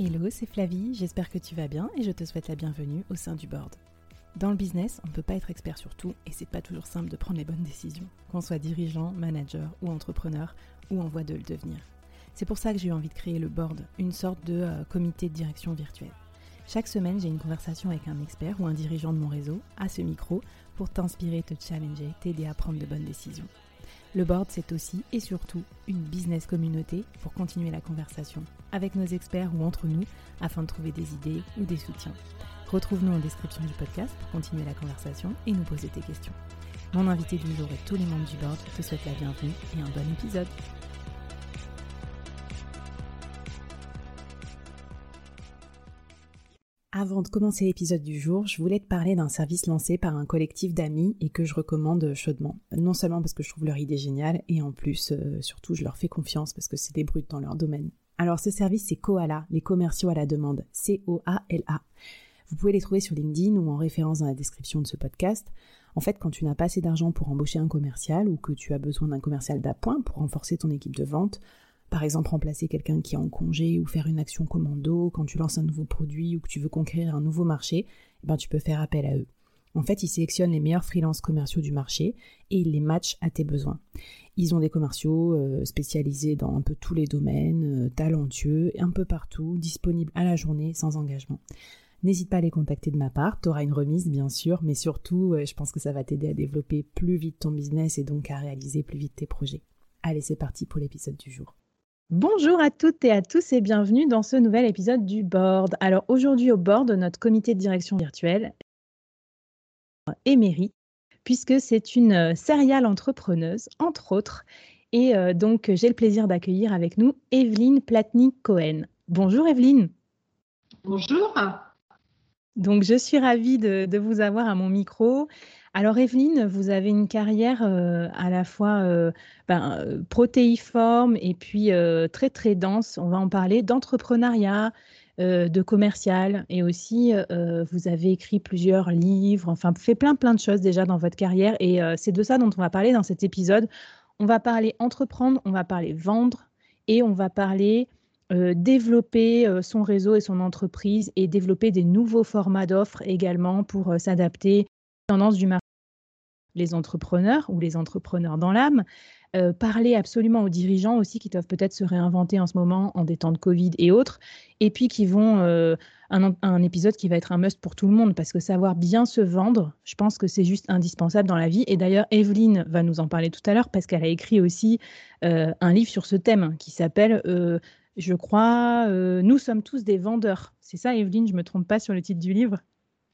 Hello, c'est Flavie, j'espère que tu vas bien et je te souhaite la bienvenue au sein du board. Dans le business, on ne peut pas être expert sur tout et c'est pas toujours simple de prendre les bonnes décisions, qu'on soit dirigeant, manager ou entrepreneur ou en voie de le devenir. C'est pour ça que j'ai eu envie de créer le board, une sorte de comité de direction virtuel. Chaque semaine, j'ai une conversation avec un expert ou un dirigeant de mon réseau, à ce micro, pour t'inspirer, te challenger, t'aider à prendre de bonnes décisions. Le board, c'est aussi et surtout une business communauté pour continuer la conversation avec nos experts ou entre nous afin de trouver des idées ou des soutiens. Retrouve-nous en description du podcast pour continuer la conversation et nous poser tes questions. Mon invité du jour et tous les membres du board te souhaitent la bienvenue et un bon épisode. Avant de commencer l'épisode du jour, je voulais te parler d'un service lancé par un collectif d'amis et que je recommande chaudement. Non seulement parce que je trouve leur idée géniale, et en plus, surtout, je leur fais confiance parce que c'est des brutes dans leur domaine. Alors ce service, c'est Koala, les commerciaux à la demande, C-O-A-L-A. Vous pouvez les trouver sur LinkedIn ou en référence dans la description de ce podcast. En fait, quand tu n'as pas assez d'argent pour embaucher un commercial ou que tu as besoin d'un commercial d'appoint pour renforcer ton équipe de vente, par exemple, remplacer quelqu'un qui est en congé ou faire une action commando quand tu lances un nouveau produit ou que tu veux conquérir un nouveau marché, tu peux faire appel à eux. En fait, ils sélectionnent les meilleurs freelances commerciaux du marché et ils les matchent à tes besoins. Ils ont des commerciaux spécialisés dans un peu tous les domaines, talentueux, un peu partout, disponibles à la journée, sans engagement. N'hésite pas à les contacter de ma part, tu auras une remise bien sûr, mais surtout, je pense que ça va t'aider à développer plus vite ton business et donc à réaliser plus vite tes projets. Allez, c'est parti pour l'épisode du jour. Bonjour à toutes et à tous et bienvenue dans ce nouvel épisode du board. Alors aujourd'hui au board de notre comité de direction virtuelle, Emery, puisque c'est une serial entrepreneuse, entre autres, et donc j'ai le plaisir d'accueillir avec nous Evelyne Platnik-Cohen. Bonjour Evelyne. Bonjour. Donc je suis ravie de vous avoir à mon micro. Alors Evelyne, vous avez une carrière à la fois protéiforme et puis très très dense, on va en parler, d'entrepreneuriat, de commercial et aussi vous avez écrit plusieurs livres, enfin fait plein de choses déjà dans votre carrière et c'est de ça dont on va parler dans cet épisode. On va parler entreprendre, on va parler vendre et on va parler développer son réseau et son entreprise et développer des nouveaux formats d'offres également pour s'adapter aux tendances du marché. Les entrepreneurs ou les entrepreneurs dans l'âme, parler absolument aux dirigeants aussi qui doivent peut-être se réinventer en ce moment en des temps de Covid et autres, et puis qui vont un épisode qui va être un must pour tout le monde parce que savoir bien se vendre, je pense que c'est juste indispensable dans la vie. Et d'ailleurs, Evelyne va nous en parler tout à l'heure parce qu'elle a écrit aussi un livre sur ce thème qui s'appelle je crois, Nous sommes tous des vendeurs. C'est ça, Evelyne, je ne me trompe pas sur le titre du livre?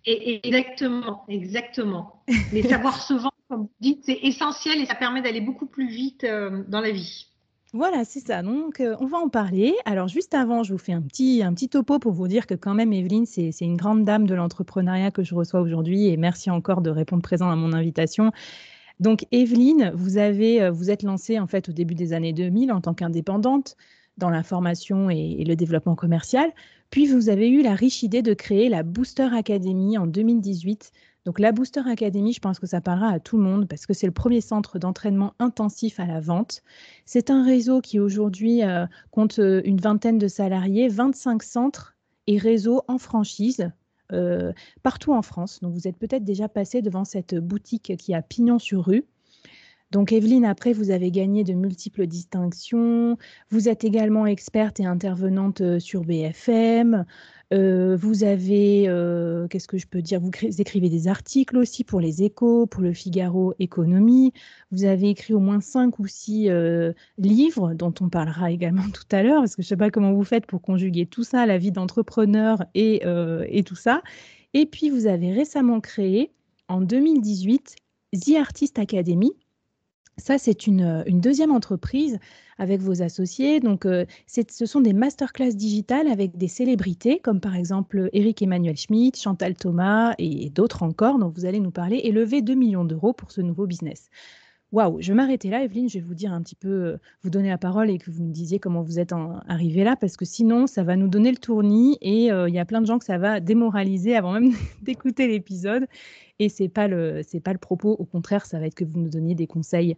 Exactement. Les savoir se vendre, comme vous dites, c'est essentiel et ça permet d'aller beaucoup plus vite dans la vie. Voilà, c'est ça. Donc, on va en parler. Alors, juste avant, je vous fais un petit topo pour vous dire que quand même, Evelyne, c'est une grande dame de l'entrepreneuriat que je reçois aujourd'hui et merci encore de répondre présent à mon invitation. Donc, Evelyne, vous êtes lancée en fait au début des années 2000 en tant qu'indépendante dans la formation et le développement commercial. Puis, vous avez eu la riche idée de créer la Booster Academy en 2018. Donc, la Booster Academy, je pense que ça parlera à tout le monde parce que c'est le premier centre d'entraînement intensif à la vente. C'est un réseau qui aujourd'hui compte une vingtaine de salariés, 25 centres et réseaux en franchise partout en France. Donc, vous êtes peut-être déjà passé devant cette boutique qui a pignon sur rue. Donc, Evelyne, après, vous avez gagné de multiples distinctions. Vous êtes également experte et intervenante sur BFM. Vous avez, qu'est-ce que je peux dire, vous écrivez des articles aussi pour les Échos, pour le Figaro Économie. Vous avez écrit au moins 5 ou 6 livres dont on parlera également tout à l'heure, parce que je ne sais pas comment vous faites pour conjuguer tout ça, la vie d'entrepreneur et tout ça. Et puis, vous avez récemment créé, en 2018, The Artist Academy. Ça, c'est une deuxième entreprise avec vos associés. Donc, ce sont des masterclass digitales avec des célébrités, comme par exemple Eric Emmanuel Schmitt, Chantal Thomas et d'autres encore, dont vous allez nous parler, et lever 2 millions d'euros pour ce nouveau business. Waouh, je vais m'arrêter là, Evelyne, je vais vous dire un petit peu, vous donner la parole et que vous me disiez comment vous êtes arrivée là, parce que sinon, ça va nous donner le tournis et il y a plein de gens que ça va démoraliser avant même d'écouter l'épisode. Et c'est pas le propos, au contraire, ça va être que vous nous donniez des conseils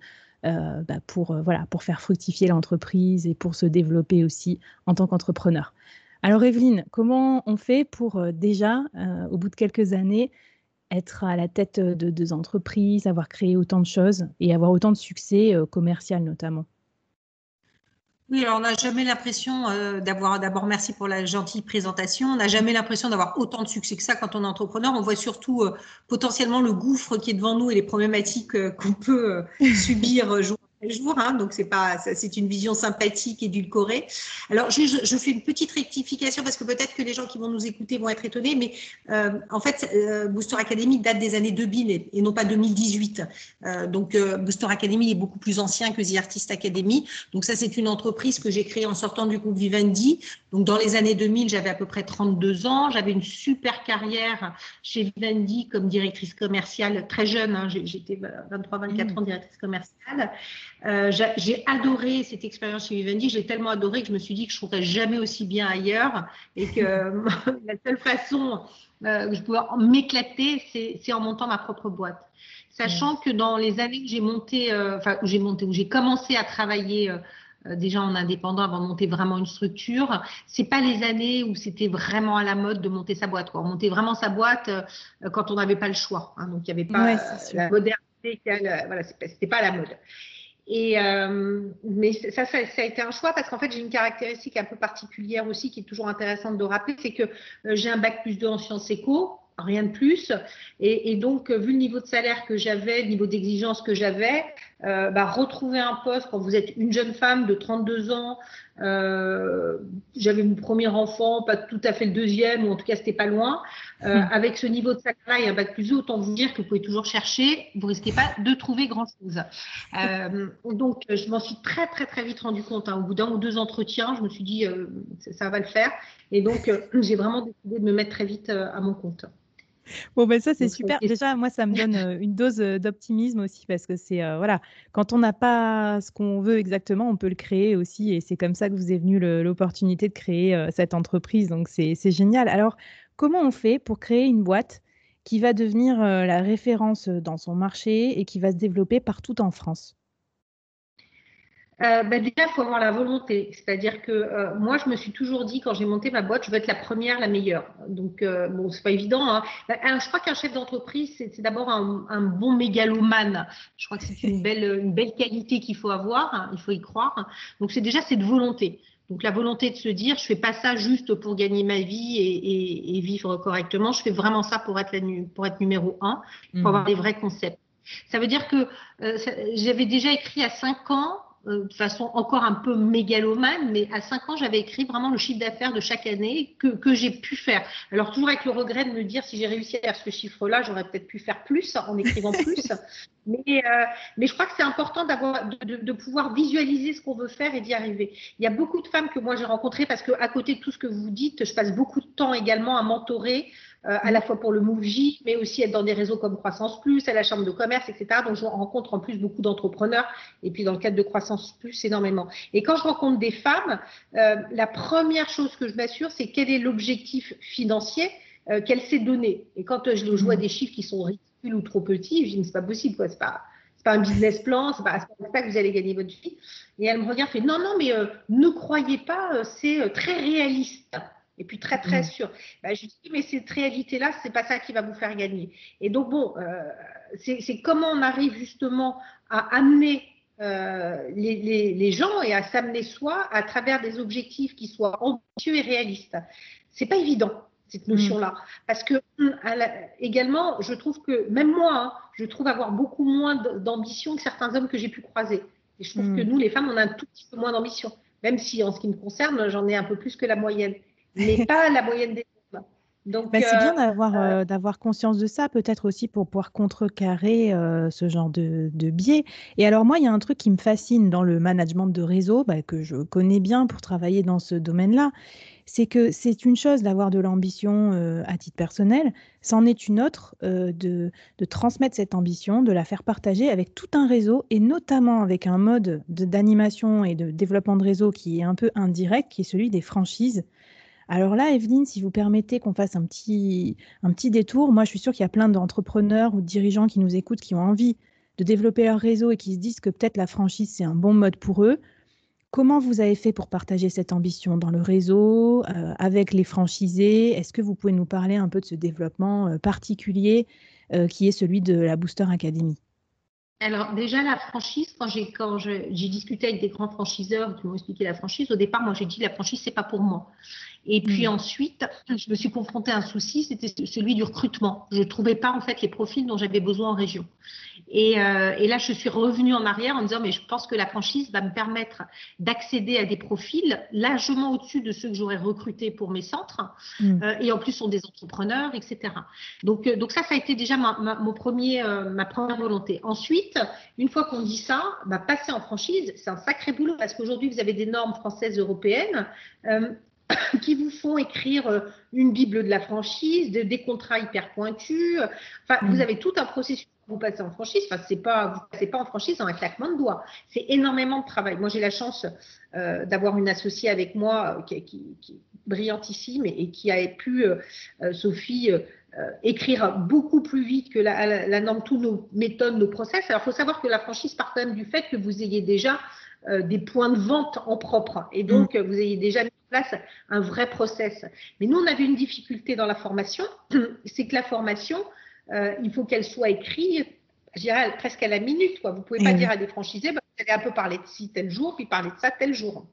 pour faire fructifier l'entreprise et pour se développer aussi en tant qu'entrepreneur. Alors Evelyne, comment on fait pour déjà, au bout de quelques années, être à la tête de deux entreprises, avoir créé autant de choses et avoir autant de succès commercial notamment? Oui, alors on n'a jamais l'impression d'abord merci pour la gentille présentation, on n'a jamais l'impression d'avoir autant de succès que ça quand on est entrepreneur. On voit surtout potentiellement le gouffre qui est devant nous et les problématiques qu'on peut subir jour après jour. Hein. Donc c'est une vision sympathique, édulcorée. Alors je fais une petite rectification parce que peut-être que les gens qui vont nous écouter vont être étonnés, mais en fait Booster Academy date des années 2000 et non pas 2018. Donc Booster Academy est beaucoup plus ancien que The Artist Academy. Donc ça, c'est une entreprise que j'ai créée en sortant du groupe Vivendi. Donc dans les années 2000, j'avais à peu près 32 ans. J'avais une super carrière chez Vivendi comme directrice commerciale très jeune. Hein, j'étais 23-24 ans directrice commerciale. J'ai adoré cette expérience chez Vivendi. Je l'ai tellement adoré que je me suis dit que je ne trouverais jamais aussi bien ailleurs et que la seule façon que je pouvais m'éclater, c'est en montant ma propre boîte. Sachant que dans les années que j'ai monté, où j'ai commencé à travailler déjà en indépendant avant de monter vraiment une structure, c'est pas les années où c'était vraiment à la mode de monter sa boîte. Quoi. On montait vraiment sa boîte quand on n'avait pas le choix. Hein, donc il n'y avait pas la modernité, voilà, c'était pas à la mode. Et mais ça a été un choix parce qu'en fait j'ai une caractéristique un peu particulière aussi qui est toujours intéressante de rappeler, c'est que j'ai un bac+2 en sciences éco, rien de plus, et donc vu le niveau de salaire que j'avais, le niveau d'exigence que j'avais, retrouver un poste quand vous êtes une jeune femme de 32 ans, j'avais mon premier enfant, pas tout à fait le deuxième, ou en tout cas c'était pas loin, avec ce niveau de salaire et un bac+2, autant vous dire que vous pouvez toujours chercher, vous risquez pas de trouver grand chose. Donc je m'en suis très très très vite rendu compte, hein. Au bout d'un ou deux entretiens, je me suis dit ça va le faire, et donc j'ai vraiment décidé de me mettre très vite à mon compte. Bon, ben ça, c'est super. Déjà, moi, ça me donne une dose d'optimisme aussi parce que c'est, voilà, quand on n'a pas ce qu'on veut exactement, on peut le créer aussi. Et c'est comme ça que vous est venue l'opportunité de créer cette entreprise. Donc, c'est génial. Alors, comment on fait pour créer une boîte qui va devenir la référence dans son marché et qui va se développer partout en France? Déjà, il faut avoir la volonté. C'est-à-dire que moi, je me suis toujours dit, quand j'ai monté ma boîte, je veux être la première, la meilleure. Donc, bon, c'est pas évident. Hein. Je crois qu'un chef d'entreprise, c'est d'abord un bon mégalomane. Je crois que c'est une belle qualité qu'il faut avoir. Hein, il faut y croire. Donc, c'est déjà cette volonté. Donc, la volonté de se dire, je fais pas ça juste pour gagner ma vie et vivre correctement. Je fais vraiment ça pour être numéro un, pour avoir des vrais concepts. Ça veut dire que j'avais déjà écrit à 5 ans, de façon encore un peu mégalomane, mais à 5 ans, j'avais écrit vraiment le chiffre d'affaires de chaque année que j'ai pu faire. Alors, toujours avec le regret de me dire, si j'ai réussi à faire ce chiffre-là, j'aurais peut-être pu faire plus en écrivant plus. Mais je crois que c'est important de pouvoir visualiser ce qu'on veut faire et d'y arriver. Il y a beaucoup de femmes que moi j'ai rencontrées parce qu'à côté de tout ce que vous dites, je passe beaucoup de temps également à mentorer, à la fois pour le MoveJ, mais aussi être dans des réseaux comme Croissance Plus, à la Chambre de commerce, etc. Donc, je rencontre en plus beaucoup d'entrepreneurs et puis dans le cadre de Croissance Plus, énormément. Et quand je rencontre des femmes, la première chose que je m'assure, c'est quel est l'objectif financier qu'elle s'est donné. Et quand je vois des chiffres qui sont ridicules ou trop petits, je dis, c'est pas possible, quoi. C'est pas un business plan, c'est pas ça que vous allez gagner votre vie. Et elle me regarde, fait non, mais ne croyez pas, c'est très réaliste. Et puis très très sûr. Je dis mais cette réalité-là, c'est pas ça qui va vous faire gagner. Et donc bon, c'est comment on arrive justement à amener les gens et à s'amener soi à travers des objectifs qui soient ambitieux et réalistes. C'est pas évident cette notion-là, parce que également, je trouve que même moi, hein, je trouve avoir beaucoup moins d'ambition que certains hommes que j'ai pu croiser. Et je trouve que nous, les femmes, on a un tout petit peu moins d'ambition, même si en ce qui me concerne, j'en ai un peu plus que la moyenne, mais pas la moyenne des hommes. Donc, c'est bien d'avoir conscience de ça, peut-être aussi pour pouvoir contrecarrer ce genre de biais. Et alors moi, il y a un truc qui me fascine dans le management de réseau, que je connais bien pour travailler dans ce domaine-là, c'est que c'est une chose d'avoir de l'ambition à titre personnel, c'en est une autre de transmettre cette ambition, de la faire partager avec tout un réseau, et notamment avec un mode d'animation et de développement de réseau qui est un peu indirect, qui est celui des franchises. Alors là, Evelyne, si vous permettez qu'on fasse un petit détour, moi je suis sûre qu'il y a plein d'entrepreneurs ou de dirigeants qui nous écoutent, qui ont envie de développer leur réseau et qui se disent que peut-être la franchise, c'est un bon mode pour eux. Comment vous avez fait pour partager cette ambition dans le réseau, avec les franchisés? Est-ce que vous pouvez nous parler un peu de ce développement particulier qui est celui de la Booster Academy? Alors déjà la franchise, j'ai discuté avec des grands franchiseurs qui m'ont expliqué la franchise, au départ moi j'ai dit la franchise c'est pas pour moi. Et puis ensuite je me suis confrontée à un souci, c'était celui du recrutement. Je ne trouvais pas en fait les profils dont j'avais besoin en région. Et là je suis revenue en arrière en me disant mais je pense que la franchise va me permettre d'accéder à des profils largement au-dessus de ceux que j'aurais recrutés pour mes centres, et en plus sont des entrepreneurs, etc. Donc ça a été déjà ma première volonté. Ensuite, une fois qu'on dit ça, passer en franchise, c'est un sacré boulot parce qu'aujourd'hui, vous avez des normes françaises, européennes qui vous font écrire une bible de la franchise, des contrats hyper pointus. Enfin, vous avez tout un processus pour vous passer en franchise. Enfin, vous passez pas en franchise en un claquement de doigts. C'est énormément de travail. Moi, j'ai la chance d'avoir une associée avec moi qui est brillantissime et qui a pu, Sophie, écrire beaucoup plus vite que la norme, toutes nos méthodes, nos process. Alors, il faut savoir que la franchise part quand même du fait que vous ayez déjà des points de vente en propre et donc vous ayez déjà mis en place un vrai process. Mais nous, on avait une difficulté dans la formation, c'est que la formation, il faut qu'elle soit écrite, je dirais presque à la minute, quoi. Vous ne pouvez pas dire à des franchisés, vous allez un peu parler de ci tel jour, puis parler de ça tel jour.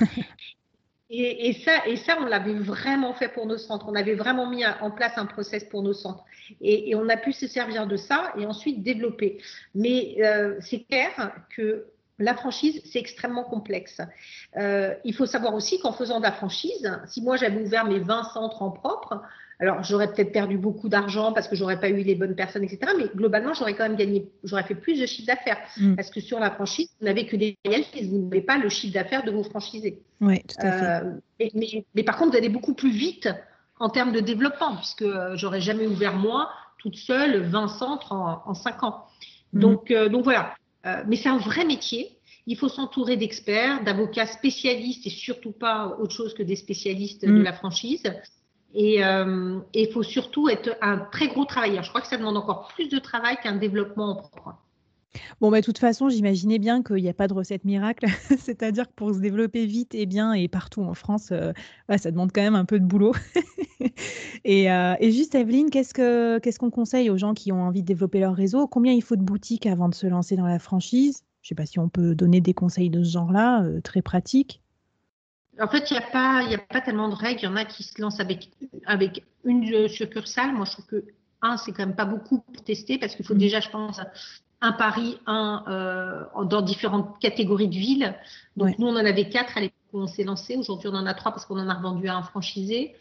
Et ça, on l'avait vraiment fait pour nos centres. On avait vraiment mis en place un process pour nos centres. Et on a pu se servir de ça et ensuite développer. Mais c'est clair que la franchise, c'est extrêmement complexe. Il faut savoir aussi qu'en faisant de la franchise, si moi j'avais ouvert mes 20 centres en propre, alors j'aurais peut-être perdu beaucoup d'argent parce que j'aurais pas eu les bonnes personnes, etc. Mais globalement, j'aurais quand même gagné, j'aurais fait plus de chiffre d'affaires. Parce que sur la franchise, vous n'avez que des royalties, vous n'avez pas le chiffre d'affaires de vos franchisés. Oui, tout à fait. Mais par contre, vous allez beaucoup plus vite en termes de développement, puisque j'aurais jamais ouvert moi, toute seule, 20 centres en 5 ans. Donc voilà. Mais c'est un vrai métier. Il faut s'entourer d'experts, d'avocats spécialistes et surtout pas autre chose que des spécialistes de la franchise. Et il faut surtout être un très gros travailleur. Je crois que ça demande encore plus de travail qu'un développement en propre. Bon, de toute façon, j'imaginais bien qu'il n'y a pas de recette miracle. C'est-à-dire que pour se développer vite et bien et partout en France, ça demande quand même un peu de boulot. Et juste, Evelyne, qu'est-ce qu'on conseille aux gens qui ont envie de développer leur réseau? Combien il faut de boutiques avant de se lancer dans la franchise? Je ne sais pas si on peut donner des conseils de ce genre-là, très pratiques. En fait, il n'y a pas tellement de règles. Il y en a qui se lancent avec une succursale. Moi, je trouve que c'est quand même pas beaucoup pour tester parce qu'il faut déjà, je pense, un pari, dans différentes catégories de villes. Donc, nous, on en avait 4 à l'époque où on s'est lancé. Aujourd'hui, on en a 3 parce qu'on en a revendu à un franchisé.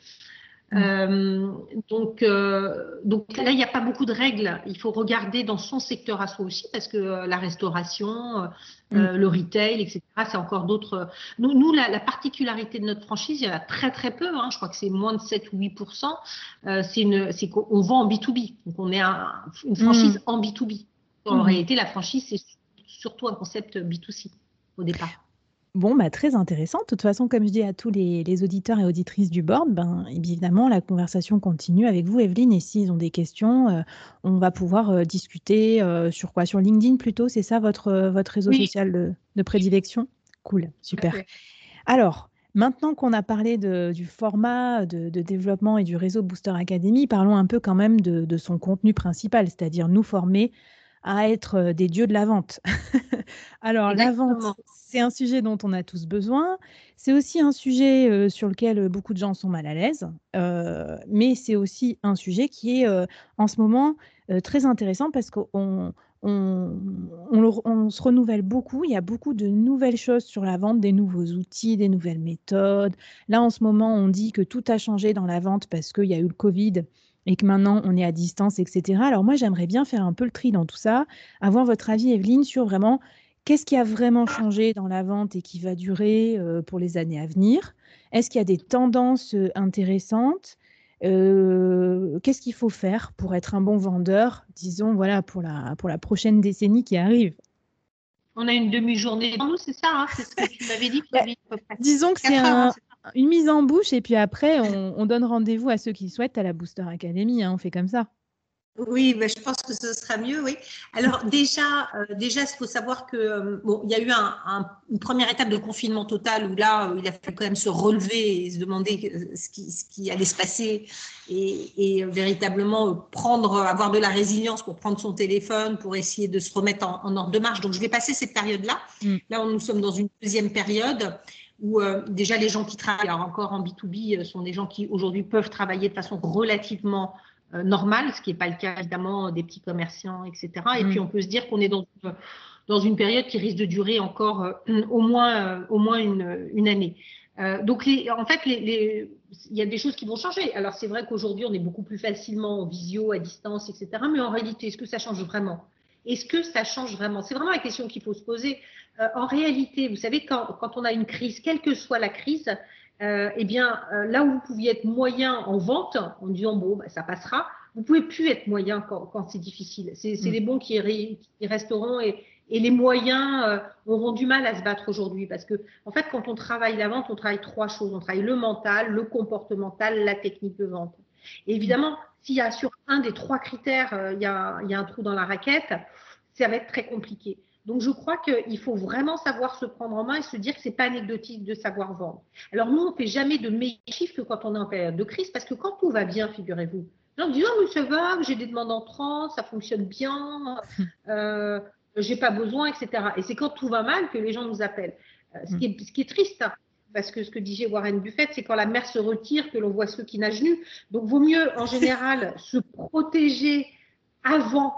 Donc là, il n'y a pas beaucoup de règles. Il faut regarder dans son secteur à soi aussi parce que la restauration, le retail, etc., c'est encore d'autres. Nous la particularité de notre franchise, il y en a très très peu. Je crois que c'est moins de 7 ou 8%. C'est qu'on vend en B2B. Donc on est une franchise en B2B. En réalité, la franchise, c'est surtout un concept B2C au départ. Bon, très intéressant. De toute façon, comme je dis à tous les auditeurs et auditrices du board, évidemment, la conversation continue avec vous, Evelyne. Et s'ils ont des questions, on va pouvoir discuter sur quoi? Sur LinkedIn plutôt, c'est ça votre réseau social de prédilection? Cool, super. Alors, maintenant qu'on a parlé du format de développement et du réseau Booster Academy, parlons un peu quand même de son contenu principal, c'est-à-dire nous former à être des dieux de la vente. Alors, la vente, c'est un sujet dont on a tous besoin. C'est aussi un sujet sur lequel beaucoup de gens sont mal à l'aise, mais c'est aussi un sujet qui est en ce moment très intéressant parce qu'on se renouvelle beaucoup. Il y a beaucoup de nouvelles choses sur la vente, des nouveaux outils, des nouvelles méthodes. Là, en ce moment, on dit que tout a changé dans la vente parce qu'il y a eu le Covid et que maintenant, on est à distance, etc. Alors moi, j'aimerais bien faire un peu le tri dans tout ça, avoir votre avis, Evelyne, sur vraiment qu'est-ce qui a vraiment changé dans la vente et qui va durer pour les années à venir? Est-ce qu'il y a des tendances intéressantes? Qu'est-ce qu'il faut faire pour être un bon vendeur, disons, voilà, pour la prochaine décennie qui arrive? On a une demi-journée devant nous, c'est ça, c'est ce que tu m'avais dit. Disons que c'est une mise en bouche et puis après, on donne rendez-vous à ceux qui souhaitent à la Booster Academy. On fait comme ça. Oui, mais je pense que ce sera mieux, oui. Alors déjà, il faut savoir que bon, il y a eu une première étape de confinement total où là, il a fallu quand même se relever et se demander ce qui allait se passer et véritablement avoir de la résilience pour prendre son téléphone, pour essayer de se remettre en ordre de marche. Donc, je vais passer cette période-là. Là, nous sommes dans une deuxième période où déjà les gens qui travaillent, alors encore en B2B, sont des gens qui aujourd'hui peuvent travailler de façon relativement normal, ce qui n'est pas le cas évidemment des petits commerçants, etc. Et puis on peut se dire qu'on est dans une période qui risque de durer encore au moins une année. Donc en fait, il y a des choses qui vont changer. Alors c'est vrai qu'aujourd'hui on est beaucoup plus facilement en visio, à distance, etc. Mais en réalité, est-ce que ça change vraiment? Est-ce que ça change vraiment? C'est vraiment la question qu'il faut se poser. En réalité, vous savez, quand on a une crise, quelle que soit la crise, eh bien, là où vous pouviez être moyen en vente, en disant bon, bah, ça passera, vous pouvez plus être moyen quand c'est difficile. C'est les bons qui resteront et les moyens auront du mal à se battre aujourd'hui parce que, en fait, quand on travaille la vente, on travaille trois choses. On travaille le mental, le comportemental, la technique de vente. Et évidemment, s'il y a sur un des trois critères, il y a un trou dans la raquette, ça va être très compliqué. Donc, je crois qu'il faut vraiment savoir se prendre en main et se dire que ce n'est pas anecdotique de savoir vendre. Alors, nous, on ne fait jamais de meilleurs chiffres que quand on est en période de crise, parce que quand tout va bien, figurez-vous, les gens disent « Oh, mais ça va, j'ai des demandes entrantes, ça fonctionne bien, j'ai pas besoin, etc. » Et c'est quand tout va mal que les gens nous appellent. Ce qui est triste, hein, parce que ce que disait Warren Buffett, c'est quand la mer se retire que l'on voit ceux qui nagent nus. Donc, vaut mieux, en général, se protéger avant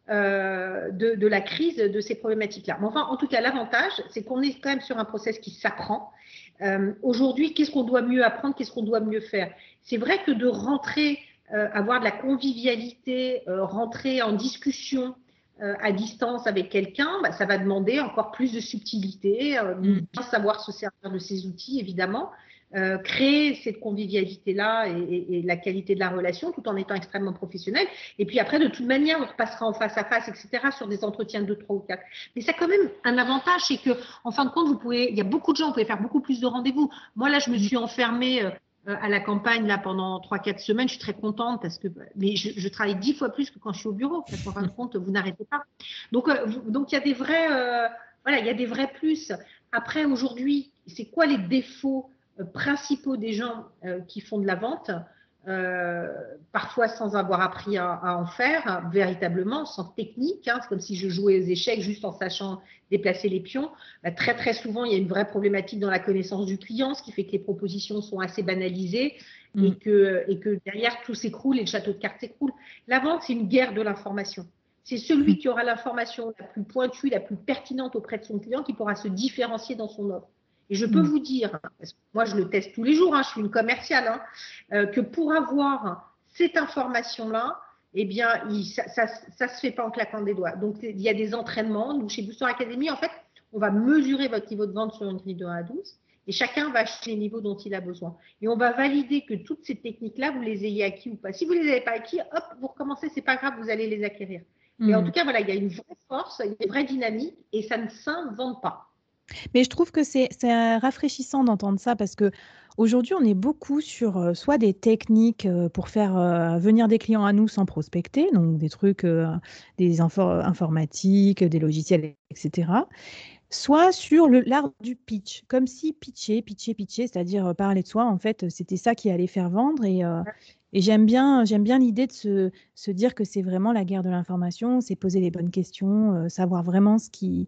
de la crise de ces problématiques-là. Mais enfin, en tout cas, l'avantage, c'est qu'on est quand même sur un process qui s'apprend. Aujourd'hui, qu'est-ce qu'on doit mieux apprendre, qu'est-ce qu'on doit mieux faire? C'est vrai que de rentrer, avoir de la convivialité, rentrer en discussion à distance avec quelqu'un, bah, ça va demander encore plus de subtilité, bien savoir se servir de ces outils, évidemment. Créer cette convivialité-là et la qualité de la relation tout en étant extrêmement professionnel. Et puis après, de toute manière, on repassera en face à face, etc., sur des entretiens de 2, 3 ou 4. Mais ça a quand même un avantage, c'est qu'en fin de compte, il y a beaucoup de gens, vous pouvez faire beaucoup plus de rendez-vous. Moi, là, je me suis enfermée à la campagne là, pendant 3-4 semaines. Je suis très contente parce que mais je travaille 10 fois plus que quand je suis au bureau. Parce qu'en fin de compte, vous n'arrêtez pas. Donc, il y a des vrais, voilà, il y a des vrais plus. Après, aujourd'hui, c'est quoi les défauts principaux des gens qui font de la vente, parfois sans avoir appris à en faire véritablement, sans technique, hein, c'est comme si je jouais aux échecs juste en sachant déplacer les pions. Très très souvent, il y a une vraie problématique dans la connaissance du client, ce qui fait que les propositions sont assez banalisées et que derrière tout s'écroule et le château de cartes s'écroule. La vente, c'est une guerre de l'information. C'est celui qui aura l'information la plus pointue, la plus pertinente auprès de son client qui pourra se différencier dans son offre. Et je peux vous dire, parce que moi je le teste tous les jours, hein, je suis une commerciale, que pour avoir cette information-là, eh bien, ça se fait pas en claquant des doigts. Donc, il y a des entraînements. Nous, chez Booster Academy, en fait, on va mesurer votre niveau de vente sur une grille de 1 à 12 et chacun va acheter les niveaux dont il a besoin. Et on va valider que toutes ces techniques-là, vous les ayez acquis ou pas. Si vous ne les avez pas acquis, hop, vous recommencez, c'est pas grave, vous allez les acquérir. Mais en tout cas, voilà, il y a une vraie force, une vraie dynamique et ça ne s'invente pas. Mais je trouve que c'est rafraîchissant d'entendre ça parce que aujourd'hui, on est beaucoup sur soit des techniques pour faire venir des clients à nous sans prospecter, donc des trucs, des informatiques, des logiciels, etc. Soit sur l'art du pitch, comme si pitcher, c'est-à-dire parler de soi, en fait, c'était ça qui allait faire vendre. Et j'aime bien l'idée de se dire que c'est vraiment la guerre de l'information, c'est poser les bonnes questions, savoir vraiment ce qui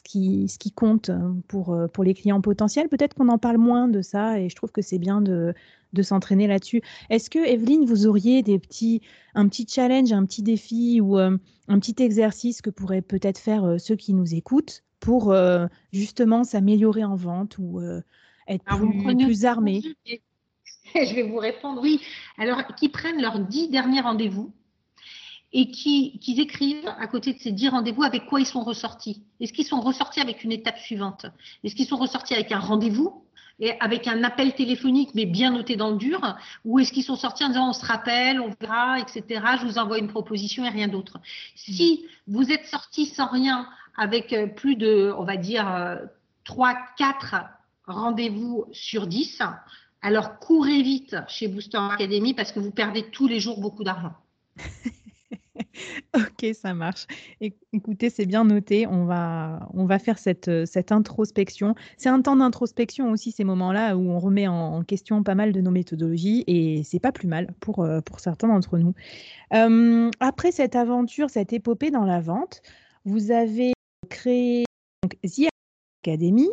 compte pour les clients potentiels. Peut-être qu'on en parle moins de ça et je trouve que c'est bien de s'entraîner là-dessus. Est-ce que, Evelyne, vous auriez un petit challenge, un petit défi ou un petit exercice que pourraient peut-être faire ceux qui nous écoutent pour justement s'améliorer en vente ou être plus armés? Je vais vous répondre, oui. Alors, qu'ils prennent leurs 10 derniers rendez-vous et qu'ils écrivent à côté de ces 10 rendez-vous avec quoi ils sont ressortis. Est-ce qu'ils sont ressortis avec une étape suivante? Est-ce qu'ils sont ressortis avec un rendez-vous et avec un appel téléphonique mais bien noté dans le dur? Ou est-ce qu'ils sont sortis en disant on se rappelle, on verra, etc. Je vous envoie une proposition et rien d'autre. Si vous êtes sortis sans rien avec plus de, on va dire, 3-4 rendez-vous sur 10, alors courez vite chez Booster Academy parce que vous perdez tous les jours beaucoup d'argent. OK, ça marche. Écoutez, c'est bien noté. On va faire cette introspection. C'est un temps d'introspection aussi, ces moments-là où on remet en question pas mal de nos méthodologies et c'est pas plus mal pour certains d'entre nous. Après cette aventure, cette épopée dans la vente, vous avez créé donc The Academy.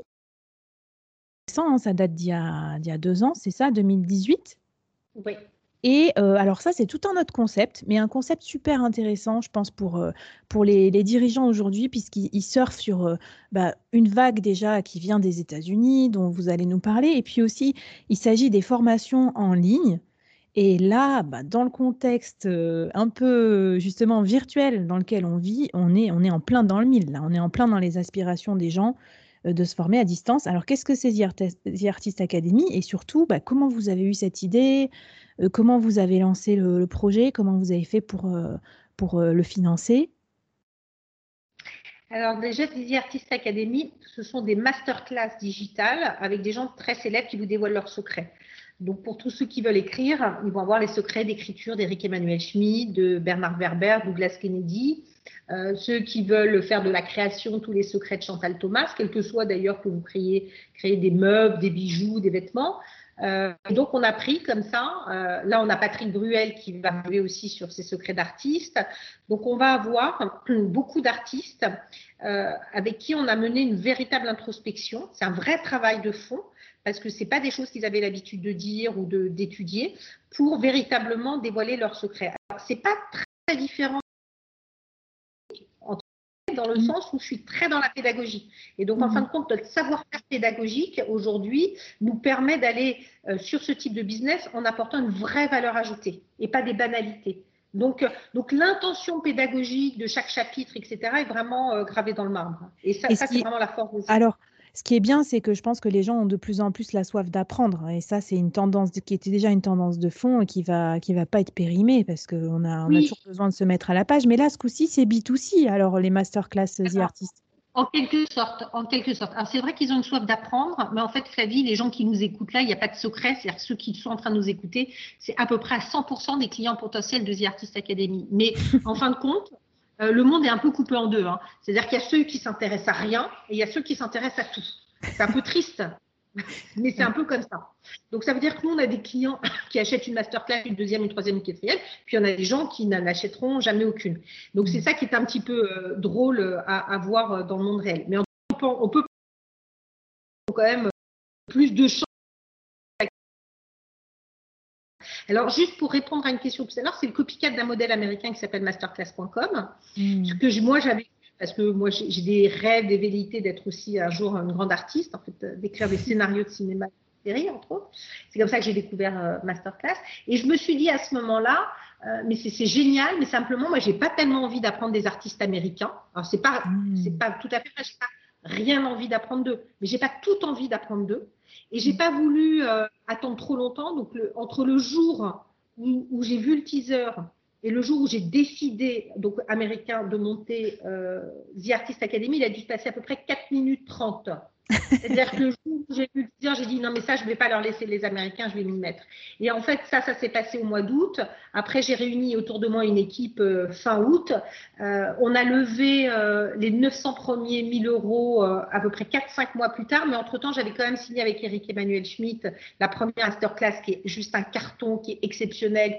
Ça date d'il y a 2 ans, c'est ça, 2018? Oui. Et alors ça, c'est tout un autre concept, mais un concept super intéressant, je pense, pour les dirigeants aujourd'hui, puisqu'ils surfent sur une vague déjà qui vient des États-Unis, dont vous allez nous parler. Et puis aussi, il s'agit des formations en ligne. Et là, dans le contexte un peu justement virtuel dans lequel on vit, on est en plein dans le mille, là. On est en plein dans les aspirations des gens de se former à distance. Alors, qu'est-ce que c'est The Artist Academy? Et surtout, comment vous avez eu cette idée? Comment vous avez lancé le projet? Comment vous avez fait pour le financer? Alors déjà, Dizzy Artist Academy, ce sont des masterclass digitales avec des gens très célèbres qui vous dévoilent leurs secrets. Donc pour tous ceux qui veulent écrire, ils vont avoir les secrets d'écriture d'Éric Emmanuel Schmitt, de Bernard Werber, Douglas Kennedy. Ceux qui veulent faire de la création, tous les secrets de Chantal Thomas, quel que soit d'ailleurs que vous créez des meubles, des bijoux, des vêtements. Et donc on a pris comme ça, là on a Patrick Bruel qui va arriver aussi sur ses secrets d'artistes. Donc on va avoir beaucoup d'artistes avec qui on a mené une véritable introspection. C'est un vrai travail de fond parce que ce n'est pas des choses qu'ils avaient l'habitude de dire ou d'étudier pour véritablement dévoiler leurs secrets. Alors ce n'est pas très différent dans le sens où je suis très dans la pédagogie. Et donc, en fin de compte, notre savoir-faire pédagogique, aujourd'hui, nous permet d'aller sur ce type de business en apportant une vraie valeur ajoutée et pas des banalités. Donc l'intention pédagogique de chaque chapitre, etc., est vraiment gravée dans le marbre. Et ça c'est vraiment la force de ça. Alors, ce qui est bien, c'est que je pense que les gens ont de plus en plus la soif d'apprendre. Et ça, c'est une tendance qui était déjà une tendance de fond et qui va pas être périmée parce qu'on a toujours besoin de se mettre à la page. Mais là, ce coup-ci, c'est B2C, alors les masterclass The Artist. En quelque sorte. Alors, c'est vrai qu'ils ont une soif d'apprendre, mais en fait, Flavie, les gens qui nous écoutent là, il n'y a pas de secret. C'est-à-dire que ceux qui sont en train de nous écouter, c'est à peu près à 100% des clients potentiels de The Artist Academy. Mais en fin de compte, le monde est un peu coupé en deux. C'est-à-dire qu'il y a ceux qui s'intéressent à rien et il y a ceux qui s'intéressent à tout. C'est un peu triste, mais c'est un peu comme ça. Donc, ça veut dire que nous, on a des clients qui achètent une masterclass, une deuxième, une troisième, une quatrième, puis on a des gens qui n'en achèteront jamais aucune. Donc, c'est ça qui est un petit peu drôle à voir dans le monde réel. Mais on peut quand même plus de chance. Alors, juste pour répondre à une question tout à l'heure, c'est le copycat d'un modèle américain qui s'appelle masterclass.com, ce que moi j'avais, parce que moi j'ai des rêves, des velléités d'être aussi un jour une grande artiste, en fait, d'écrire des scénarios de cinéma, de séries, entre autres. C'est comme ça que j'ai découvert Masterclass. Et je me suis dit à ce moment-là, mais c'est génial, mais simplement, moi, j'ai pas tellement envie d'apprendre des artistes américains. Alors, c'est pas tout à fait vrai, j'ai pas rien envie d'apprendre d'eux, mais j'ai pas tout envie d'apprendre d'eux. Et j'ai pas voulu attendre trop longtemps. Donc, entre le jour où j'ai vu le teaser et le jour où j'ai décidé, donc américain, de monter The Artist Academy, il a dû se passer à peu près 4 minutes 30. C'est-à-dire que le jour où j'ai vu le teaser, j'ai dit non, mais ça, je ne vais pas leur laisser les Américains, je vais m'y mettre. Et en fait, ça s'est passé au mois d'août. Après, j'ai réuni autour de moi une équipe fin août. On a levé les 900 premiers 1000 euros à peu près 4-5 mois plus tard. Mais entre-temps, j'avais quand même signé avec Éric Emmanuel Schmitt la première masterclass qui est juste un carton, qui est exceptionnel.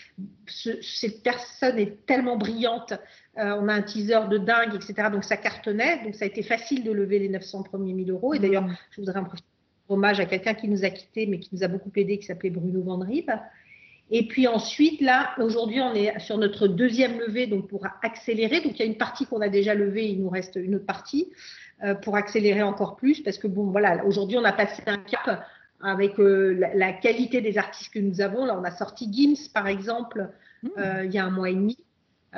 Cette personne est tellement brillante. On a un teaser de dingue, etc. Donc, ça cartonnait. Donc, ça a été facile de lever les 900 premiers 1000 euros. Et d'ailleurs, je voudrais un hommage à quelqu'un qui nous a quittés, mais qui nous a beaucoup aidé, qui s'appelait Bruno Van Riep. Et puis ensuite, là, aujourd'hui, on est sur notre deuxième levée, donc pour accélérer. Donc, il y a une partie qu'on a déjà levée, il nous reste une autre partie pour accélérer encore plus. Parce que, bon, voilà, aujourd'hui, on a passé un cap avec la qualité des artistes que nous avons. Là, on a sorti Gims, par exemple, il y a un mois et demi.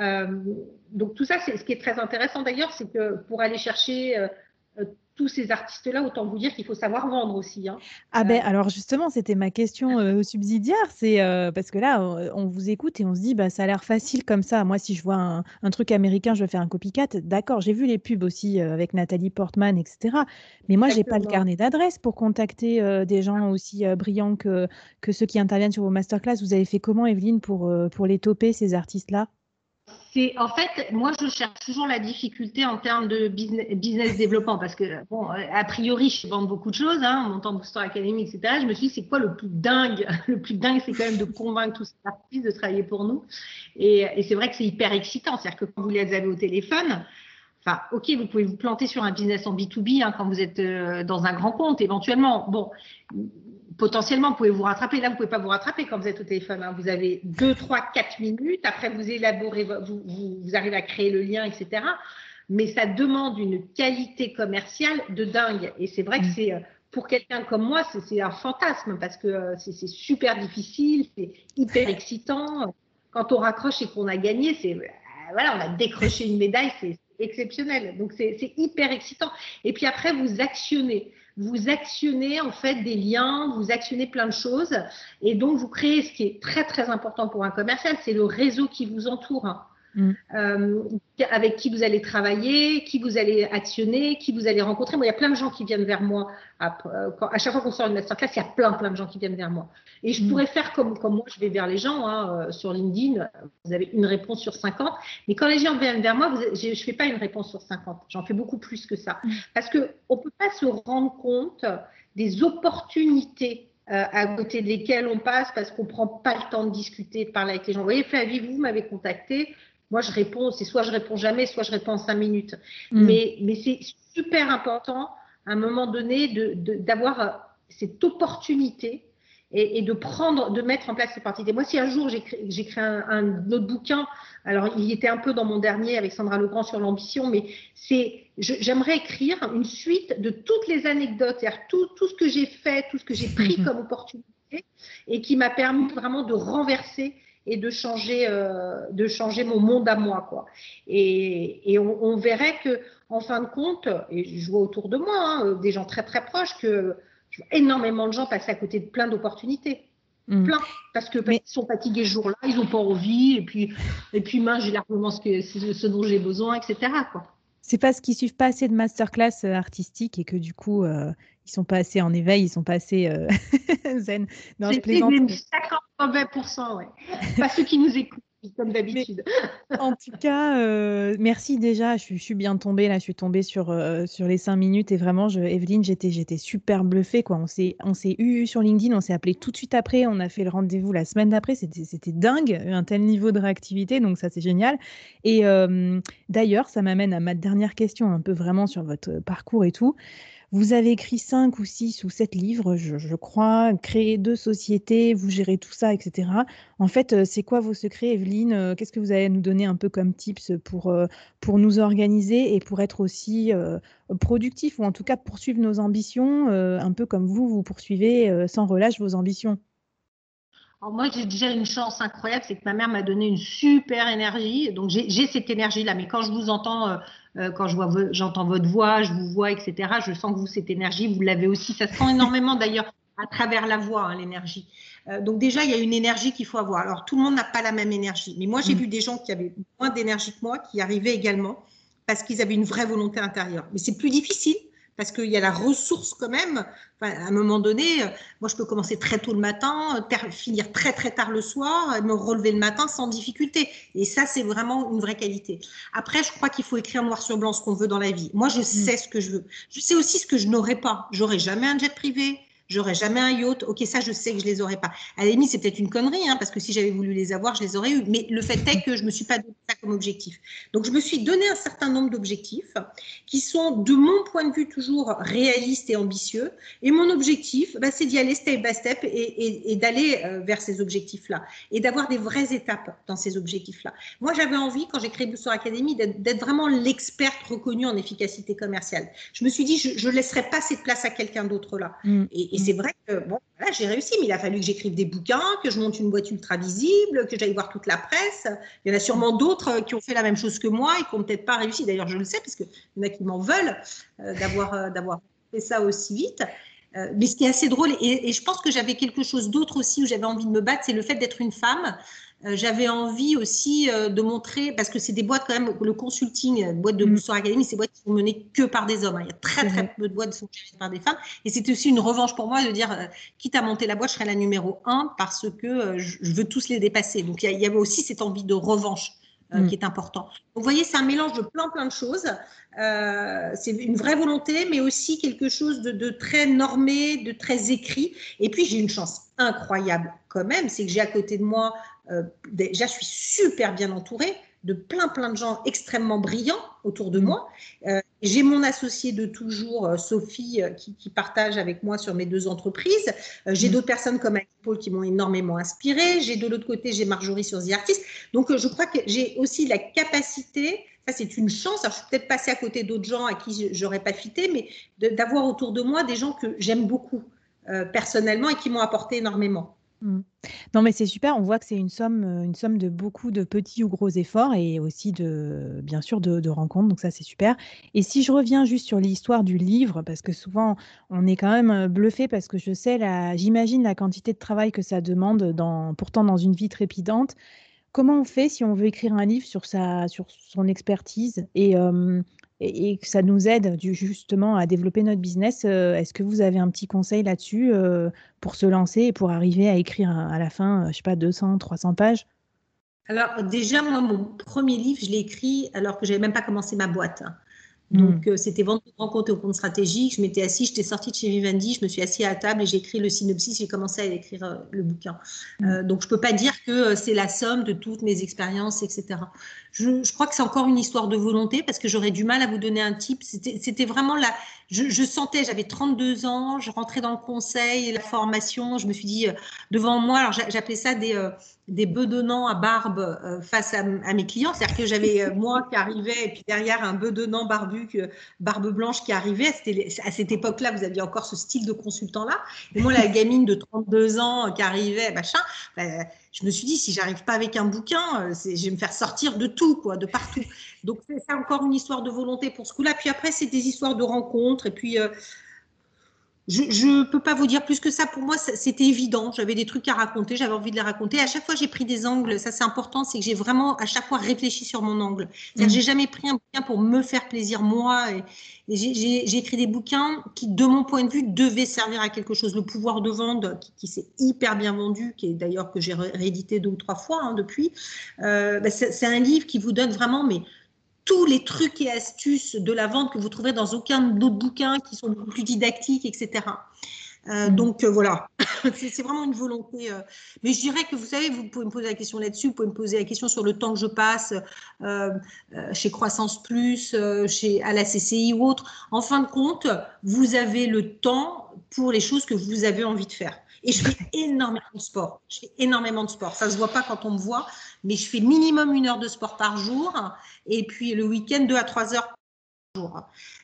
Donc tout ça, ce qui est très intéressant d'ailleurs, c'est que pour aller chercher tous ces artistes-là, autant vous dire qu'il faut savoir vendre aussi. Alors justement, c'était ma question subsidiaire, c'est parce que là, on vous écoute et on se dit, ça a l'air facile comme ça. Moi, si je vois un truc américain, je veux faire un copycat. D'accord, j'ai vu les pubs aussi avec Nathalie Portman, etc. Mais moi, j'ai pas le carnet d'adresse pour contacter des gens aussi brillants que ceux qui interviennent sur vos masterclass. Vous avez fait comment, Evelyne, pour les toper, ces artistes-là? En fait, moi, je cherche toujours la difficulté en termes de business développement parce que, bon, a priori, je vends beaucoup de choses, hein, en montant Booster Academy, etc. Je me suis dit, c'est quoi le plus dingue? Le plus dingue, c'est quand même de convaincre tous ces artistes de travailler pour nous. Et c'est vrai que c'est hyper excitant. C'est-à-dire que quand vous les avez au téléphone, enfin, ok, vous pouvez vous planter sur un business en B2B hein, quand vous êtes dans un grand compte, éventuellement. Bon, potentiellement, vous pouvez vous rattraper. Là, vous ne pouvez pas vous rattraper quand vous êtes au téléphone. Hein. Vous avez 2, 3, 4 minutes. Après, vous élaborez, vous arrivez à créer le lien, etc. Mais ça demande une qualité commerciale de dingue. Et c'est vrai que c'est, pour quelqu'un comme moi, c'est un fantasme parce que c'est super difficile, c'est hyper excitant. Quand on raccroche et qu'on a gagné, voilà, on a décroché une médaille, c'est exceptionnel. Donc, c'est hyper excitant. Et puis après, vous actionnez en fait des liens, vous actionnez plein de choses. Et donc, vous créez ce qui est très, très important pour un commercial, c'est le réseau qui vous entoure. Hein. Avec qui vous allez travailler, qui vous allez actionner, qui vous allez rencontrer. Moi, il y a plein de gens qui viennent vers moi. À chaque fois qu'on sort une masterclass, il y a plein de gens qui viennent vers moi. Et je pourrais faire comme moi, je vais vers les gens hein, sur LinkedIn. Vous avez une réponse sur 50. Mais quand les gens viennent vers moi, je ne fais pas une réponse sur 50. J'en fais beaucoup plus que ça. Parce qu'on ne peut pas se rendre compte des opportunités à côté desquelles on passe parce qu'on ne prend pas le temps de discuter, de parler avec les gens. Vous voyez, Flavie, vous m'avez contacté. Moi, je réponds, c'est soit je réponds jamais, soit je réponds en 5 minutes. Mais c'est super important, à un moment donné, d'avoir cette opportunité et de mettre en place cette opportunité. Moi, si un jour j'ai créé un autre bouquin, alors il était un peu dans mon dernier avec Sandra Legrand sur l'ambition, mais j'aimerais écrire une suite de toutes les anecdotes, c'est-à-dire tout ce que j'ai fait, tout ce que j'ai pris comme opportunité et qui m'a permis vraiment de renverser et de changer mon monde à moi, quoi. Et on verrait que, en fin de compte, et je vois autour de moi hein, des gens très très proches que je vois énormément de gens passer à côté de plein d'opportunités, plein, parce qu'ils sont fatigués ce jour-là, ils n'ont pas envie, et puis mince, j'ai largement ce dont j'ai besoin, etc. quoi. C'est parce qu'ils suivent pas assez de masterclass artistiques et que du coup, ils sont pas assez en éveil, ils sont pas assez zen. Non, je plaisante. 50-20%, ouais. Pas ceux qui nous écoutent, comme d'habitude. En tout cas, merci déjà. Je suis bien tombée là. Je suis tombée sur les 5 minutes et vraiment, Evelyne, j'étais super bluffée quoi. On s'est eu sur LinkedIn, on s'est appelé tout de suite après. On a fait le rendez-vous la semaine d'après. C'était dingue, un tel niveau de réactivité. Donc ça, c'est génial. Et d'ailleurs, ça m'amène à ma dernière question, un peu vraiment sur votre parcours et tout. Vous avez écrit 5 ou 6 ou 7 livres, je crois, créé 2 sociétés, vous gérez tout ça, etc. En fait, c'est quoi vos secrets, Evelyne? Qu'est-ce que vous allez nous donner un peu comme tips pour nous organiser et pour être aussi productif ou en tout cas poursuivre nos ambitions, un peu comme vous poursuivez sans relâche vos ambitions? Alors moi, j'ai déjà une chance incroyable, c'est que ma mère m'a donné une super énergie. Donc, j'ai cette énergie-là. Mais quand je vous entends, quand j'entends votre voix, je vous vois, etc., je sens que vous, cette énergie, vous l'avez aussi. Ça se sent énormément d'ailleurs à travers la voix, hein, l'énergie. Donc déjà, il y a une énergie qu'il faut avoir. Alors, tout le monde n'a pas la même énergie. Mais moi, j'ai vu des gens qui avaient moins d'énergie que moi, qui arrivaient également parce qu'ils avaient une vraie volonté intérieure. Mais c'est plus difficile. Parce qu'il y a la ressource quand même. Enfin, à un moment donné, moi, je peux commencer très tôt le matin, finir très, très tard le soir, me relever le matin sans difficulté. Et ça, c'est vraiment une vraie qualité. Après, je crois qu'il faut écrire noir sur blanc ce qu'on veut dans la vie. Moi, je sais ce que je veux. Je sais aussi ce que je n'aurai pas. J'aurai jamais un jet privé. J'aurais jamais un yacht. Ok, ça, je sais que je les aurais pas. À la limite, c'est peut-être une connerie, hein, parce que si j'avais voulu les avoir, je les aurais eu. Mais le fait est que je me suis pas donné ça comme objectif. Donc, je me suis donné un certain nombre d'objectifs qui sont, de mon point de vue, toujours réalistes et ambitieux. Et mon objectif, c'est d'y aller step by step et d'aller vers ces objectifs-là et d'avoir des vraies étapes dans ces objectifs-là. Moi, j'avais envie, quand j'ai créé Booster Academy, d'être vraiment l'experte reconnue en efficacité commerciale. Je me suis dit, je laisserai pas cette place à quelqu'un d'autre là. Et c'est vrai que bon, voilà, j'ai réussi, mais il a fallu que j'écrive des bouquins, que je monte une boîte ultra visible, que j'aille voir toute la presse. Il y en a sûrement d'autres qui ont fait la même chose que moi et qui n'ont peut-être pas réussi. D'ailleurs, je le sais, parce qu'il y en a qui m'en veulent d'avoir fait ça aussi vite. Mais ce qui est assez drôle, et je pense que j'avais quelque chose d'autre aussi où j'avais envie de me battre, c'est le fait d'être une femme. J'avais envie aussi de montrer, parce que c'est des boîtes quand même, le consulting, boîte de Booster Academy, c'est des boîtes qui sont menées que par des hommes. Hein. Il y a très peu de boîtes qui sont gérées par des femmes. Et c'était aussi une revanche pour moi de dire, quitte à monter la boîte, je serai la numéro 1 parce que je veux tous les dépasser. Donc il y avait aussi cette envie de revanche qui est important. Donc, vous voyez, c'est un mélange de plein de choses. C'est une vraie volonté, mais aussi quelque chose de très normé, de très écrit. Et puis, j'ai une chance incroyable quand même, c'est que j'ai à côté de moi, déjà, je suis super bien entourée de plein de gens extrêmement brillants autour de moi. J'ai mon associé de toujours, Sophie, qui partage avec moi sur mes 2 entreprises. J'ai d'autres personnes comme Annie Paul qui m'ont énormément inspirée. J'ai de l'autre côté, j'ai Marjorie sur The Artist. Donc, je crois que j'ai aussi la capacité, ça c'est une chance, alors je suis peut-être passée à côté d'autres gens à qui j'aurais pas fité, mais d'avoir autour de moi des gens que j'aime beaucoup personnellement et qui m'ont apporté énormément. Non, mais c'est super. On voit que c'est une somme de beaucoup de petits ou gros efforts et aussi bien sûr, de rencontres. Donc ça, c'est super. Et si je reviens juste sur l'histoire du livre, parce que souvent, on est quand même bluffé parce que j'imagine la quantité de travail que ça demande pourtant dans une vie trépidante. Comment on fait si on veut écrire un livre sur son expertise et que ça nous aide justement à développer notre business? Est-ce que vous avez un petit conseil là-dessus pour se lancer et pour arriver à écrire à la fin, je sais pas, 200, 300 pages? Alors déjà, moi, mon premier livre, je l'ai écrit alors que j'avais même pas commencé ma boîte. Donc, c'était Vendre de rencontres et au compte stratégique. Je m'étais assise, j'étais sortie de chez Vivendi, je me suis assise à la table et j'ai écrit le synopsis, j'ai commencé à écrire le bouquin. Donc, je peux pas dire que c'est la somme de toutes mes expériences, etc. Je crois que c'est encore une histoire de volonté parce que j'aurais du mal à vous donner un type. C'était vraiment là. Je sentais, j'avais 32 ans, je rentrais dans le conseil, la formation. Je me suis dit, devant moi, alors j'appelais ça des bedonnants à barbe face à mes clients. C'est-à-dire que j'avais moi qui arrivais et puis derrière un bedonnant barbu, barbe blanche qui arrivait. À cette époque-là, vous aviez encore ce style de consultant-là. Et moi, la gamine de 32 ans qui arrivait, machin, je me suis dit, si j'arrive pas avec un bouquin, je vais me faire sortir de tout, quoi, de partout. Donc, c'est encore une histoire de volonté pour ce coup-là. Puis après, c'est des histoires de rencontres. Et puis, je ne peux pas vous dire plus que ça. Pour moi, c'était évident. J'avais des trucs à raconter, j'avais envie de les raconter. À chaque fois, j'ai pris des angles. Ça, c'est important, c'est que j'ai vraiment à chaque fois réfléchi sur mon angle. C'est-à-dire que j'ai jamais pris un bouquin pour me faire plaisir moi. Et j'ai écrit des bouquins qui, de mon point de vue, devaient servir à quelque chose. Le pouvoir de vendre, qui s'est hyper bien vendu, qui est d'ailleurs que j'ai réédité 2 ou 3 fois depuis. C'est un livre qui vous donne vraiment, mais tous les trucs et astuces de la vente que vous trouverez dans aucun autre bouquin, qui sont beaucoup plus didactiques, etc. Donc voilà, c'est vraiment une volonté. Mais je dirais que vous savez, vous pouvez me poser la question là-dessus, vous pouvez me poser la question sur le temps que je passe chez Croissance Plus, à la CCI ou autre. En fin de compte, vous avez le temps pour les choses que vous avez envie de faire. Et je fais énormément de sport. Ça ne se voit pas quand on me voit, mais je fais minimum 1 heure de sport par jour. Et puis le week-end, 2 à 3 heures par jour.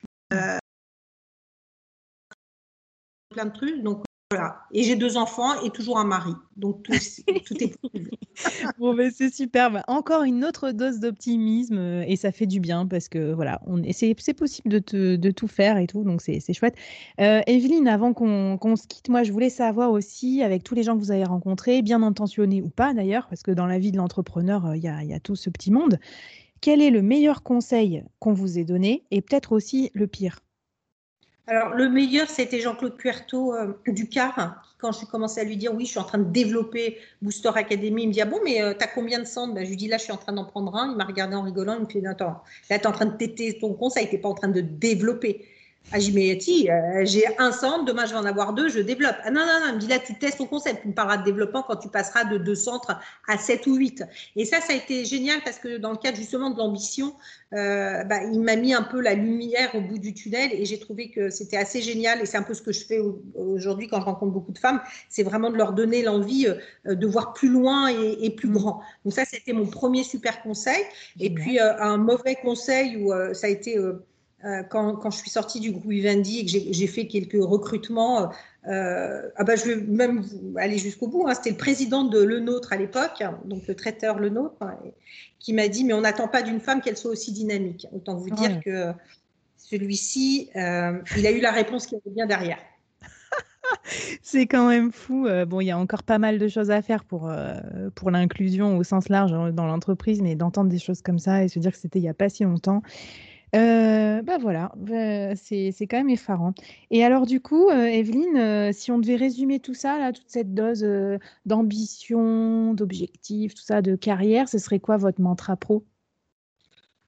Plein de trucs. Donc voilà. Et j'ai 2 enfants et toujours un mari. Donc tout est possible. Bon, mais c'est super. Encore une autre dose d'optimisme et ça fait du bien parce que voilà, c'est possible de tout faire et tout, donc c'est chouette. Evelyne, avant qu'on se quitte, moi je voulais savoir aussi, avec tous les gens que vous avez rencontrés, bien intentionnés ou pas d'ailleurs, parce que dans la vie de l'entrepreneur, il y a tout ce petit monde, quel est le meilleur conseil qu'on vous ait donné et peut-être aussi le pire? Alors, le meilleur, c'était Jean-Claude Puerto du CAR. Quand je commençais à lui dire, oui, je suis en train de développer Booster Academy, il me dit, ah bon, mais tu as combien de centres? Je lui dis, là, je suis en train d'en prendre un. Il m'a regardé en rigolant, il me fait, attends, là, tu es en train de têter ton conseil, tu n'es pas en train de développer. Ah, j'ai dit, mais si, j'ai un centre, demain je vais en avoir 2, je développe. Ah non, il me dit, là, tu testes ton concept. Tu me parleras de développement quand tu passeras de 2 centres à 7 ou 8. Et ça a été génial parce que dans le cadre justement de l'ambition, il m'a mis un peu la lumière au bout du tunnel et j'ai trouvé que c'était assez génial. Et c'est un peu ce que je fais aujourd'hui quand je rencontre beaucoup de femmes, c'est vraiment de leur donner l'envie de voir plus loin et plus grand. Donc ça, c'était mon premier super conseil. Et puis, un mauvais conseil où ça a été... quand je suis sortie du groupe Vivendi et que j'ai fait quelques recrutements, je vais même aller jusqu'au bout. C'était le président de Le Nôtre à l'époque, donc le traiteur Le Nôtre, qui m'a dit, mais on n'attend pas d'une femme qu'elle soit aussi dynamique. Autant vous dire que celui-ci, il a eu la réponse qui allait bien derrière. C'est quand même fou. Bon, il y a encore pas mal de choses à faire pour l'inclusion au sens large dans l'entreprise, mais d'entendre des choses comme ça et se dire que c'était il n'y a pas si longtemps. Voilà, c'est quand même effarant. Et alors du coup, Evelyne, si on devait résumer tout ça, là, toute cette dose d'ambition, d'objectifs, tout ça, de carrière, ce serait quoi votre mantra pro?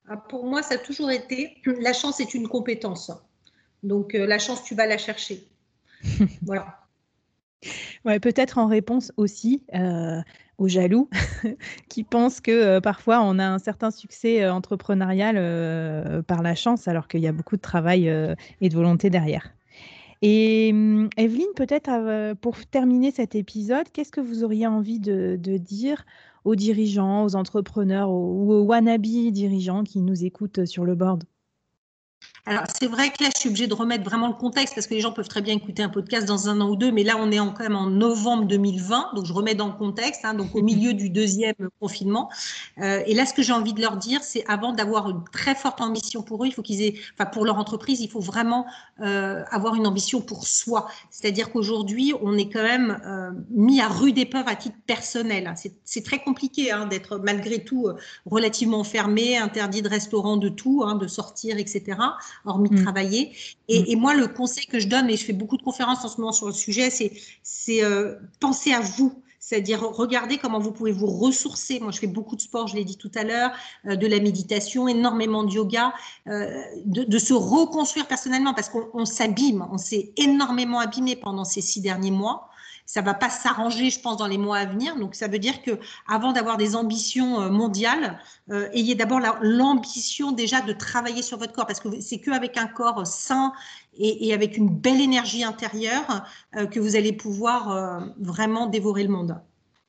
Pour moi, ça a toujours été, la chance est une compétence. Donc, la chance, tu vas la chercher. Voilà. Ouais, peut-être en réponse aussi aux jaloux qui pensent que parfois on a un certain succès entrepreneurial par la chance, alors qu'il y a beaucoup de travail et de volonté derrière. Et Evelyne, peut-être pour terminer cet épisode, qu'est-ce que vous auriez envie de dire aux dirigeants, aux entrepreneurs ou aux wannabe dirigeants qui nous écoutent sur le board? Alors, c'est vrai que là, je suis obligée de remettre vraiment le contexte parce que les gens peuvent très bien écouter un podcast dans 1 an ou 2, mais là, on est quand même en novembre 2020, donc je remets dans le contexte, donc au milieu du 2e confinement. Et là, ce que j'ai envie de leur dire, c'est avant d'avoir une très forte ambition pour eux, il faut qu'ils aient, pour leur entreprise, il faut vraiment avoir une ambition pour soi. C'est-à-dire qu'aujourd'hui, on est quand même mis à rude épreuve à titre personnel. C'est très compliqué d'être malgré tout relativement fermé, interdit de restaurant, de tout, de sortir, etc., hormis de travailler. Et moi, le conseil que je donne, et je fais beaucoup de conférences en ce moment sur le sujet, c'est penser à vous. C'est-à-dire, regardez comment vous pouvez vous ressourcer. Moi, je fais beaucoup de sport, je l'ai dit tout à l'heure, de la méditation, énormément de yoga, de se reconstruire personnellement parce qu'on s'abîme. On s'est énormément abîmé pendant ces 6 derniers mois. Ça ne va pas s'arranger, je pense, dans les mois à venir. Donc, ça veut dire qu'avant d'avoir des ambitions mondiales, ayez d'abord l'ambition déjà de travailler sur votre corps parce que c'est qu'avec un corps sain et avec une belle énergie intérieure que vous allez pouvoir vraiment dévorer le monde.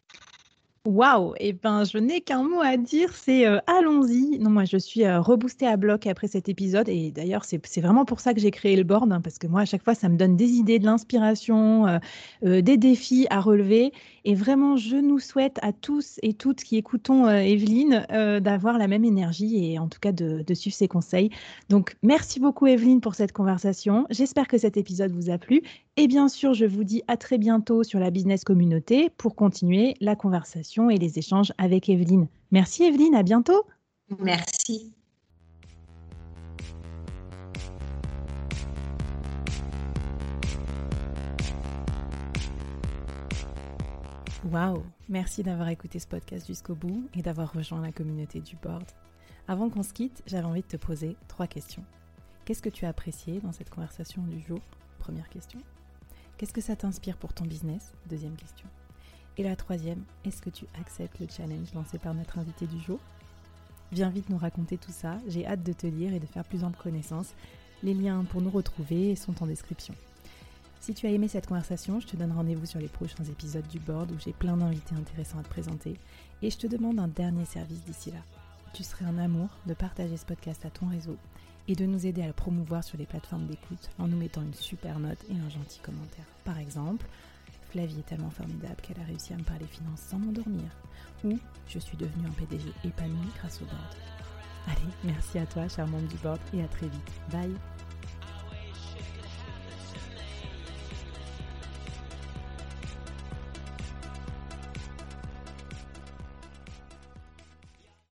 Waouh! Eh ben, je n'ai qu'un mot à dire, c'est allons-y. Non, moi, je suis reboostée à bloc après cet épisode. Et d'ailleurs, c'est vraiment pour ça que j'ai créé le board, parce que moi, à chaque fois, ça me donne des idées, de l'inspiration, des défis à relever. Et vraiment, je nous souhaite à tous et toutes qui écoutons Evelyne d'avoir la même énergie et en tout cas de suivre ses conseils. Donc, merci beaucoup, Evelyne, pour cette conversation. J'espère que cet épisode vous a plu. Et bien sûr, je vous dis à très bientôt sur la Business Communauté pour continuer la conversation et les échanges avec Evelyne. Merci Evelyne, à bientôt. Merci. Waouh, merci d'avoir écouté ce podcast jusqu'au bout et d'avoir rejoint la communauté du board. Avant qu'on se quitte, j'avais envie de te poser 3 questions. Qu'est-ce que tu as apprécié dans cette conversation du jour? Première question. Qu'est-ce que ça t'inspire pour ton business? Deuxième question. Et la troisième, est-ce que tu acceptes le challenge lancé par notre invité du jour? Viens vite nous raconter tout ça, j'ai hâte de te lire et de faire plus ample connaissance. Les liens pour nous retrouver sont en description. Si tu as aimé cette conversation, je te donne rendez-vous sur les prochains épisodes du board où j'ai plein d'invités intéressants à te présenter. Et je te demande un dernier service d'ici là. Tu serais un amour de partager ce podcast à ton réseau et de nous aider à le promouvoir sur les plateformes d'écoute en nous mettant une super note et un gentil commentaire. Par exemple, Flavie est tellement formidable qu'elle a réussi à me parler finances sans m'endormir. Ou je suis devenue un PDG épanoui grâce au board. Allez, merci à toi, charmante du board, et à très vite. Bye!